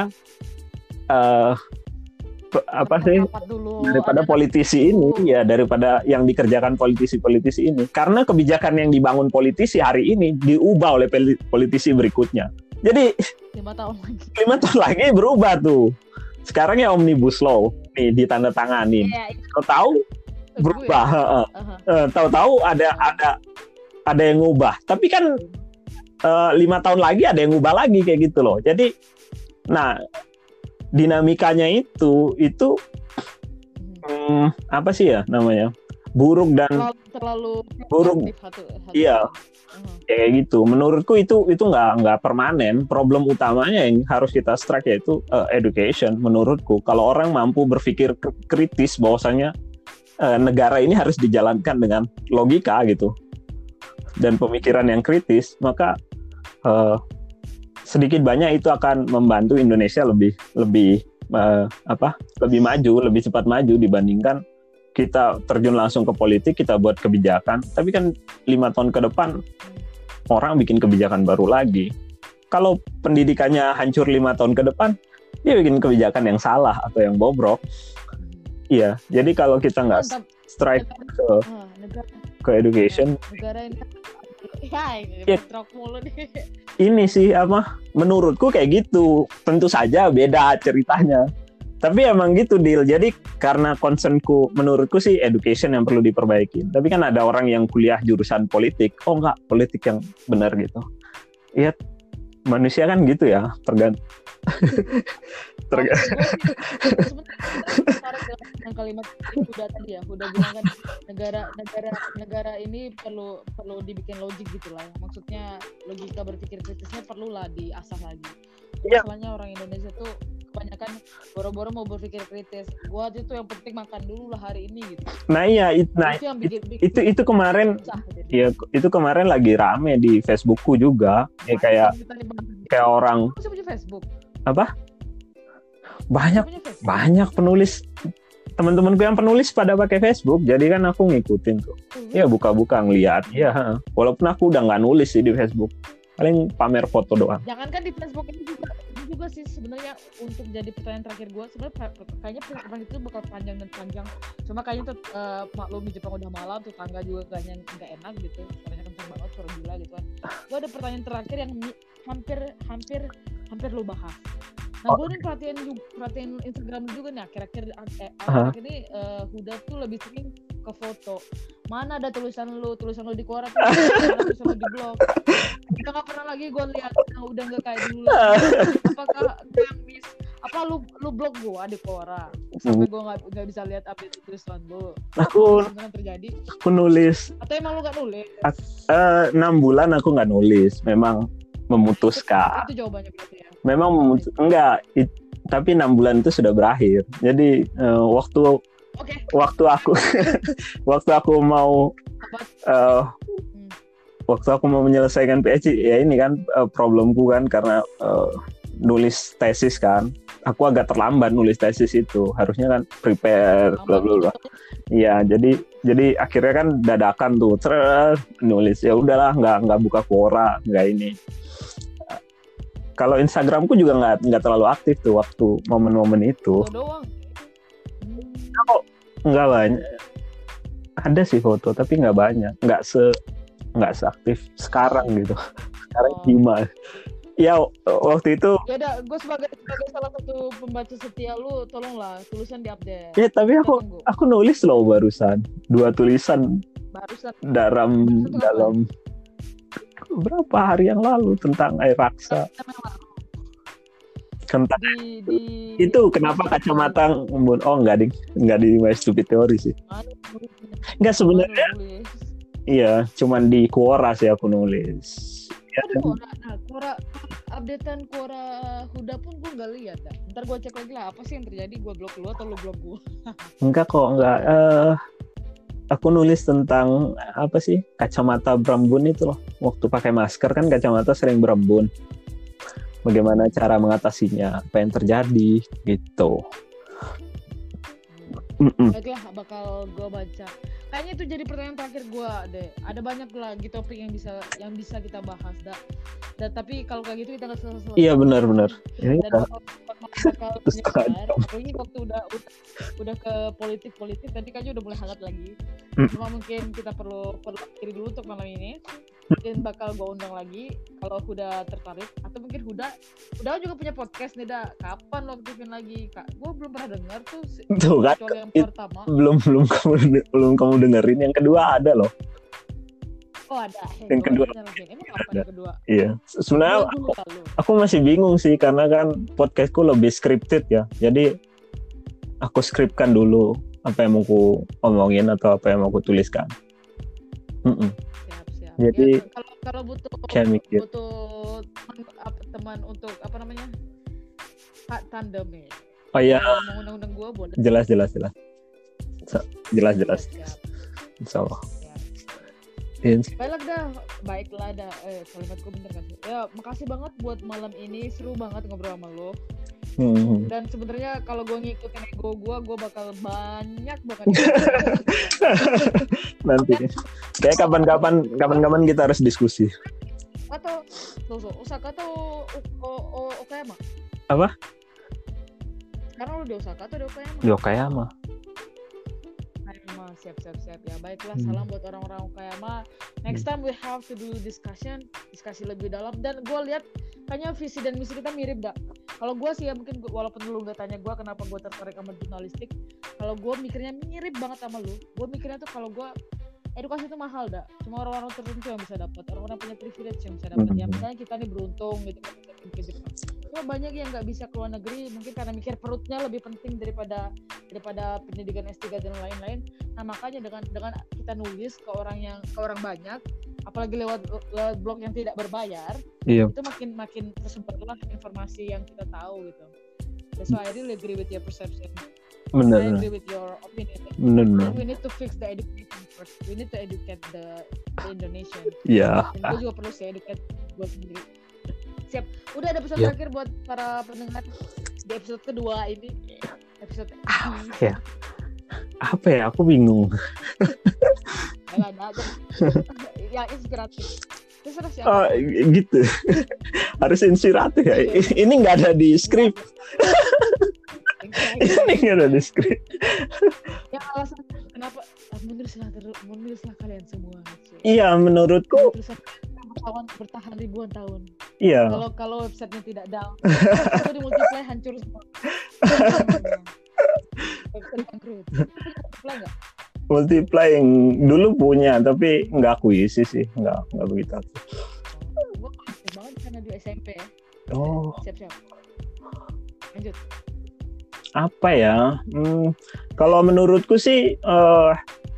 uh, apa sih dulu, daripada politisi dulu. ini ya daripada yang dikerjakan politisi-politisi ini, karena kebijakan yang dibangun politisi hari ini diubah oleh politisi berikutnya. Jadi lima tahun lagi lima tahun lagi berubah tuh. Sekarang ya Omnibus Law nih ditandatangani. Ya, Kau tahu berubah, ya? uh-huh. tahu-tahu ada ada ada yang ngubah. Tapi kan uh, lima tahun lagi ada yang ngubah lagi kayak gitu loh. Jadi, nah dinamikanya itu itu hmm, apa sih ya namanya, buruk dan terlalu, terlalu buruk. Hatu, hatu. Iya. Uh-huh. Kayak gitu. Menurutku itu itu nggak nggak permanen. Problem utamanya yang harus kita strike yaitu uh, education. Menurutku, kalau orang mampu berpikir kritis bahwasanya uh, negara ini harus dijalankan dengan logika gitu dan pemikiran yang kritis, maka uh, sedikit banyak itu akan membantu Indonesia lebih lebih uh, apa lebih maju, lebih cepat maju dibandingkan kita terjun langsung ke politik, kita buat kebijakan, tapi kan lima tahun ke depan orang bikin kebijakan baru lagi. Kalau pendidikannya hancur lima tahun ke depan, dia bikin kebijakan yang salah atau yang bobrok. Iya, jadi kalau kita nggak strike ke ke education, negara ini ya, ini sih apa? Menurutku kayak gitu. Tentu saja beda ceritanya. Tapi emang gitu deal. Jadi karena concernku, menurutku sih education yang perlu diperbaiki. Tapi kan ada orang yang kuliah jurusan politik, oh enggak, politik yang benar gitu. Iya, manusia kan gitu ya, tergantung. Tergantung. Yang kalimat Huda tadi ya, Huda bilang kan negara negara negara ini perlu perlu dibikin logik gitulah. Maksudnya logika berpikir kritisnya perlulah diasah lagi. Iya. Masalahnya orang Indonesia tuh kebanyakan boro-boro mau berpikir kritis. Buat itu yang penting makan dulu lah hari ini gitu. Nah iya, it, nah, itu, bikin, bikin, itu itu kemarin, susah, gitu. Ya itu kemarin lagi rame di Facebookku juga, nah, ya kayak kayak orang. Siapa punya Facebook? Apa? Banyak Facebook? Banyak penulis, teman-temanku yang penulis pada pakai Facebook, jadi kan aku ngikutin tuh. Uh-huh. Ya buka-buka ngeliat, ya. Walaupun aku udah nggak nulis sih di Facebook. Paling pamer foto doang. Jangan kan di Facebook ini juga, ini juga sih sebenarnya untuk jadi pertanyaan terakhir gue, sebenarnya kayaknya pertanyaan itu bakal panjang dan panjang. Cuma kayaknya tuh uh, maklum di Jepang udah malam, tuh tangga juga kayaknya nggak enak gitu, suaranya kenceng banget, suara gila gitu kan. Gue ada pertanyaan terakhir yang hampir hampir hampir lo bahas. Nah, gue nih perhatiin juga, perhatiin Instagram juga nih, akhir-akhir eh, uh-huh. akhir ini uh, Huda tuh lebih sering ke foto. Mana ada tulisan lu, tulisan lu di Quora, tulisan lu di blog. Kita nggak pernah lagi gue lihat, nah, udah nggak kayak dulu lagi. Apakah yang bis, apa lu lu blog gue di Quora sampai gue nggak nggak bisa lihat update tulisan lu? Aku yang terjadi? Aku nulis. Atau emang lu nggak nulis? Enam uh, bulan aku nggak nulis, memang memutuskan. Itu, itu jawabannya berarti ya. Memang memutus, enggak, it, tapi enam bulan itu sudah berakhir. Jadi uh, waktu okay. waktu aku waktu aku mau uh, hmm. waktu aku mau menyelesaikan PhD, ya ini kan uh, problemku kan karena uh, nulis tesis kan. Aku agak terlambat nulis tesis itu. Harusnya kan prepare bla bla bla. Iya, jadi jadi akhirnya kan dadakan tuh terus nulis. Ya udahlah, nggak nggak buka Quora, nggak ini. Kalau Instagramku juga nggak nggak terlalu aktif tuh waktu momen-momen itu. Foto doang. Oh, nggak banyak. Ada sih foto, tapi nggak banyak. Nggak se nggak seaktif sekarang gitu. Sekarang oh. gimana? Ya waktu itu. Ya udah, gue sebagai sebagai salah satu pembaca setia lu, tolonglah tulisan diupdate. Ya tapi aku Tunggu. aku nulis loh barusan dua tulisan. Barusan. Dalam Satu dalam. Apa? Berapa hari yang lalu tentang air raksa. Tentang di, di, itu kenapa kacamata ngembun? Oh enggak ding, enggak di My Stupid Theory sih. Enggak sebenarnya. Iya, cuman di Quora sih aku nulis. Ya, kan? Quora, nah Quora updatean Quora Huda pun gue nggak lihat. Dah. Ntar gue cek lagi lah apa sih yang terjadi, gue blok lu atau lu blok gue? Enggak kok, enggak. Uh, aku nulis tentang apa sih kacamata berembun itu loh. Waktu pakai masker kan kacamata sering berembun. bagaimana cara mengatasinya, apa yang terjadi gitu. Mm-mm. Baiklah, bakal gue baca. Kayaknya itu jadi pertanyaan terakhir gue deh. Ada banyak lagi topik yang bisa yang bisa kita bahas, dah. Dan tapi kalau kayak gitu kita nggak selesai. Iya benar-benar. Ini Dan kan bakal bakal penyebar. Ini waktu udah udah udah ke politik-politik, nanti kayaknya udah mulai hangat lagi. Mm. Cuma mungkin kita perlu perlu akhiri dulu untuk malam ini. Mungkin bakal gue undang lagi kalau Huda tertarik, atau mungkin Huda Huda juga punya podcast nih, dah. Kapan lo aktifin lagi, Kak? Gue belum pernah dengar tuh. Tuh kan, kecuali yang it- pertama. belum belum kamu belum kamu dengerin. Yang kedua ada loh. Oh ada. Hey, Yang kedua. Emang apa Ada. yang kedua? Iya. Sebenarnya Dua dulu lalu. aku masih bingung sih karena kan podcastku lebih scripted ya. Jadi aku skripkan dulu apa yang mau ku omongin atau apa yang mau ku tuliskan. Mm-mm. Siap, siap. Jadi, Ya, kalau kalau butuh kayak mikir. butuh teman, apa, teman untuk apa namanya? Pak tandem ya. Oh iya, Kalau mau undang-undang gue boleh. jelas jelas jelas. So- jelas jelas. Siap, Insyaallah. siap. Ins- Baiklah dah, baiklah dah. Eh, kalimatku bener kan sih? Ya, makasih banget buat malam ini, seru banget ngobrol sama lo. Hmm. Dan sebenarnya kalau gue ngikutin ego gue, gue bakal banyak banget. Nanti. Kayak kapan-kapan kapan-kapan kita harus diskusi. Atau tuh, tuh, Osaka atau o, o, Okayama? Apa? Sekarang lu di Osaka atau di Okayama? Di Okayama. Okayama, siap siap siap ya. Baiklah, Hmm. salam buat orang-orang Okayama. Next time we have to do discussion, diskusi lebih dalam. Dan gue lihat kayaknya visi dan misi kita mirip, dak. Kalau gue sih ya mungkin gua, walaupun lu nggak tanya gue kenapa gue tertarik sama jurnalistik, kalau gue mikirnya mirip banget sama lu. Gue mikirnya tuh kalau gue edukasi itu mahal, dak. Cuma orang-orang tertentu yang bisa dapat, orang-orang punya privilege yang bisa dapat. Hmm. Ya misalnya kita nih beruntung gitu kan bisa pergi ke Jepang. Cuma banyak yang nggak bisa keluar negeri mungkin karena mikir perutnya lebih penting daripada daripada pendidikan S tiga dan lain-lain. Nah makanya dengan dengan kita nulis ke orang yang ke orang banyak, apalagi lewat, lewat blog yang tidak berbayar, Iya. itu makin makin tersebarlah informasi yang kita tahu gitu. That's why I really agree with your perception. Benar. I benar. agree with your opinion. Benar. benar. We need to fix the education first. We need to educate the, the Indonesian. Iya. Dan gue juga perlu sih educate gue sendiri. Siap. Udah ada pesan Yep. terakhir buat para pendengar di episode kedua ini. Episode Ah, ya. Apa ya? Aku bingung. Enggak ada. Ya inspiratif. Terserah siapa. Oh, gitu. Harus inspiratif ya. Ini nggak ada di skrip. Ini nggak ada di skrip. Yang alasan kenapa menulislah terus, menulislah kalian semua. Iya, menurutku. Menulislah bertahan, bertahan ribuan tahun. Iya. Kalau kalau websitenya tidak down, itu di multiply hancur semua. Website bangkrut. Multiply nggak? Multiply yang dulu punya, tapi nggak aku isi sih, nggak nggak begitu. Gue aktif banget karena di S M P ya. Oh, Siap-siap. Lanjut. apa ya? Hmm, kalau menurutku sih, eh,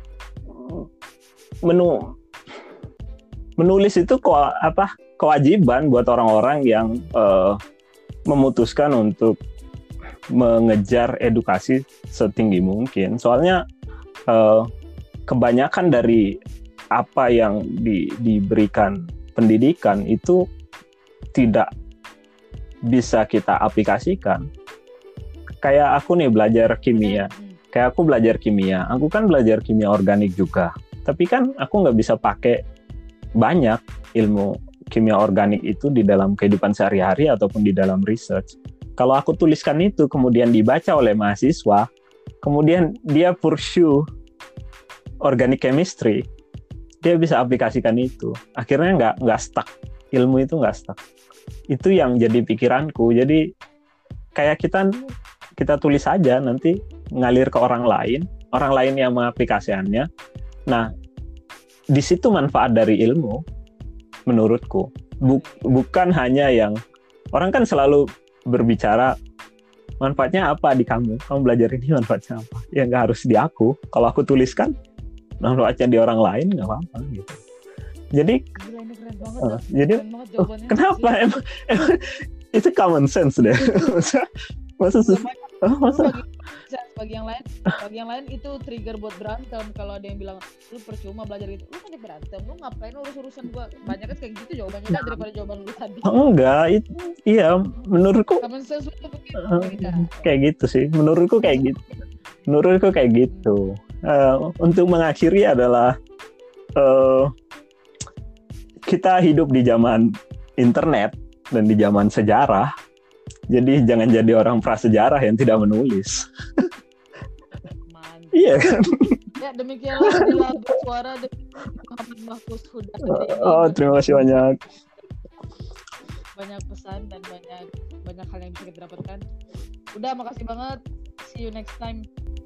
menu menulis itu kok apa kewajiban buat orang-orang yang eh, memutuskan untuk mengejar edukasi setinggi mungkin. Soalnya eh, kebanyakan dari apa yang di, diberikan pendidikan itu tidak bisa kita aplikasikan. Kayak aku nih belajar kimia. Hmm. Kayak aku belajar kimia. Aku kan belajar kimia organik juga. Tapi kan aku nggak bisa pakai banyak ilmu kimia organik itu di dalam kehidupan sehari-hari ataupun di dalam research. Kalau aku tuliskan itu kemudian dibaca oleh mahasiswa, kemudian dia pursue organic chemistry, dia bisa aplikasikan itu. Akhirnya nggak nggak stuck, ilmu itu nggak stuck. Itu yang jadi pikiranku. Jadi kayak kita kita tulis saja, nanti ngalir ke orang lain, orang lain yang mengaplikasikannya. Nah, di situ manfaat dari ilmu, menurutku. Buk- bukan hanya yang orang kan selalu berbicara manfaatnya apa di kamu, kamu belajar ini manfaatnya apa? Ya nggak harus di aku. Kalau aku tuliskan, manfaatnya di orang lain nggak apa-apa gitu. Jadi, Gila, ini keren banget. uh, dah. jadi Keren banget oh, jawabannya. kenapa Iya. emang, emang itu common sense deh. masa masa sus- Banyak. oh, Lu masa bagi bagi yang lain, bagi yang lain itu trigger buat berantem. Kalau ada yang bilang lu percuma belajar itu, lu kan berantem, lu ngapain urus-urusan gua? Banyak kan kayak gitu jawabannya dah daripada jawaban lu tadi. Enggak, itu iya menurutku Common sense itu begitu. uh, kayak gitu sih. Menurutku kayak gitu. Menurutku kayak gitu. Uh, untuk mengakhiri adalah uh, kita hidup di zaman internet dan di zaman sejarah. Jadi jangan jadi orang prasejarah yang tidak menulis. Mantap. Iya kan? Ya demikianlah Adila Bersuara dengan Muhammad Mahfuz Huda. Oh, terima kasih banyak. Banyak pesan dan banyak banyak hal yang bisa kita dapatkan. Udah, makasih banget. See you next time.